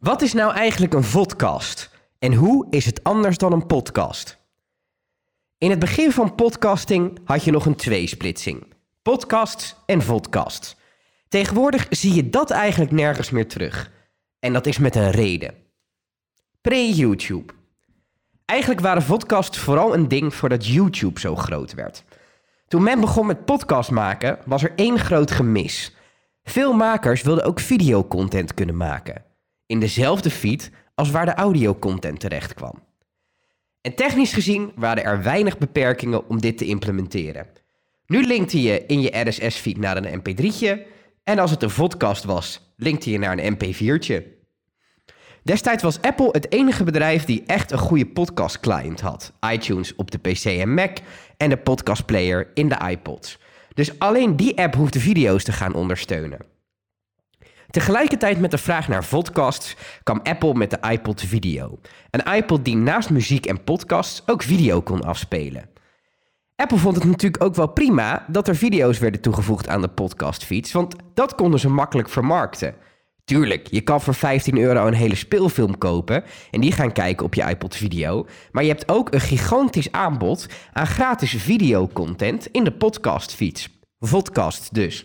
Wat is nou eigenlijk een vodcast? En hoe is het anders dan een podcast? In het begin van podcasting had je nog een tweesplitsing. Podcasts en vodcasts. Tegenwoordig zie je dat eigenlijk nergens meer terug. En dat is met een reden. Pre-YouTube. Eigenlijk waren vodcasts vooral een ding voordat YouTube zo groot werd. Toen men begon met podcast maken, was er één groot gemis. Veel makers wilden ook videocontent kunnen maken. In dezelfde feed als waar de audiocontent terecht kwam. En technisch gezien waren er weinig beperkingen om dit te implementeren. Nu linkte je in je RSS-feed naar een mp3'tje... en als het een vodcast was, linkte je naar een mp4'tje. Destijds was Apple het enige bedrijf die echt een goede podcast-client had. iTunes op de PC en Mac en de podcastplayer in de iPods. Dus alleen die app hoefde video's te gaan ondersteunen. Tegelijkertijd met de vraag naar vodcasts kwam Apple met de iPod Video. Een iPod die naast muziek en podcasts ook video kon afspelen. Apple vond het natuurlijk ook wel prima dat er video's werden toegevoegd aan de podcastfeeds, want dat konden ze makkelijk vermarkten. Tuurlijk, je kan voor €15 een hele speelfilm kopen en die gaan kijken op je iPod Video, maar je hebt ook een gigantisch aanbod aan gratis videocontent in de podcastfeeds. Vodcast dus.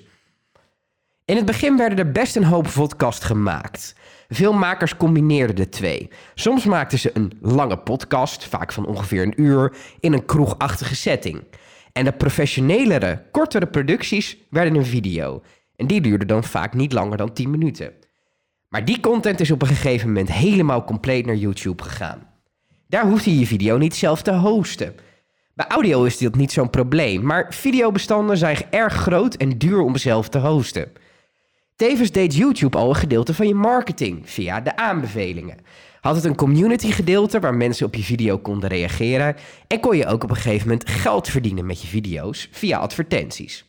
In het begin werden er best een hoop vodcasts gemaakt. Veel makers combineerden de twee. Soms maakten ze een lange podcast, vaak van ongeveer 1 uur, in een kroegachtige setting. En de professionelere, kortere producties werden een video. En die duurde dan vaak niet langer dan 10 minuten. Maar die content is op een gegeven moment helemaal compleet naar YouTube gegaan. Daar hoeft je video niet zelf te hosten. Bij audio is dit niet zo'n probleem, maar videobestanden zijn erg groot en duur om zelf te hosten. Tevens deed YouTube al een gedeelte van je marketing via de aanbevelingen. Had het een community gedeelte waar mensen op je video konden reageren en kon je ook op een gegeven moment geld verdienen met je video's via advertenties.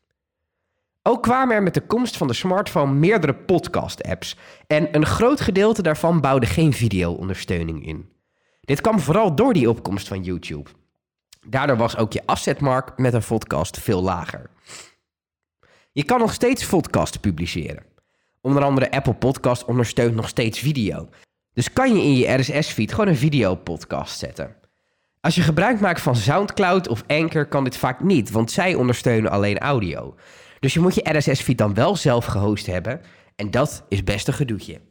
Ook kwamen er met de komst van de smartphone meerdere podcast-apps en een groot gedeelte daarvan bouwde geen video-ondersteuning in. Dit kwam vooral door die opkomst van YouTube. Daardoor was ook je afzetmarkt met een podcast veel lager. Je kan nog steeds podcasts publiceren. Onder andere Apple Podcast ondersteunt nog steeds video. Dus kan je in je RSS-feed gewoon een videopodcast zetten. Als je gebruik maakt van SoundCloud of Anchor kan dit vaak niet, want zij ondersteunen alleen audio. Dus je moet je RSS-feed dan wel zelf gehost hebben en dat is best een gedoetje.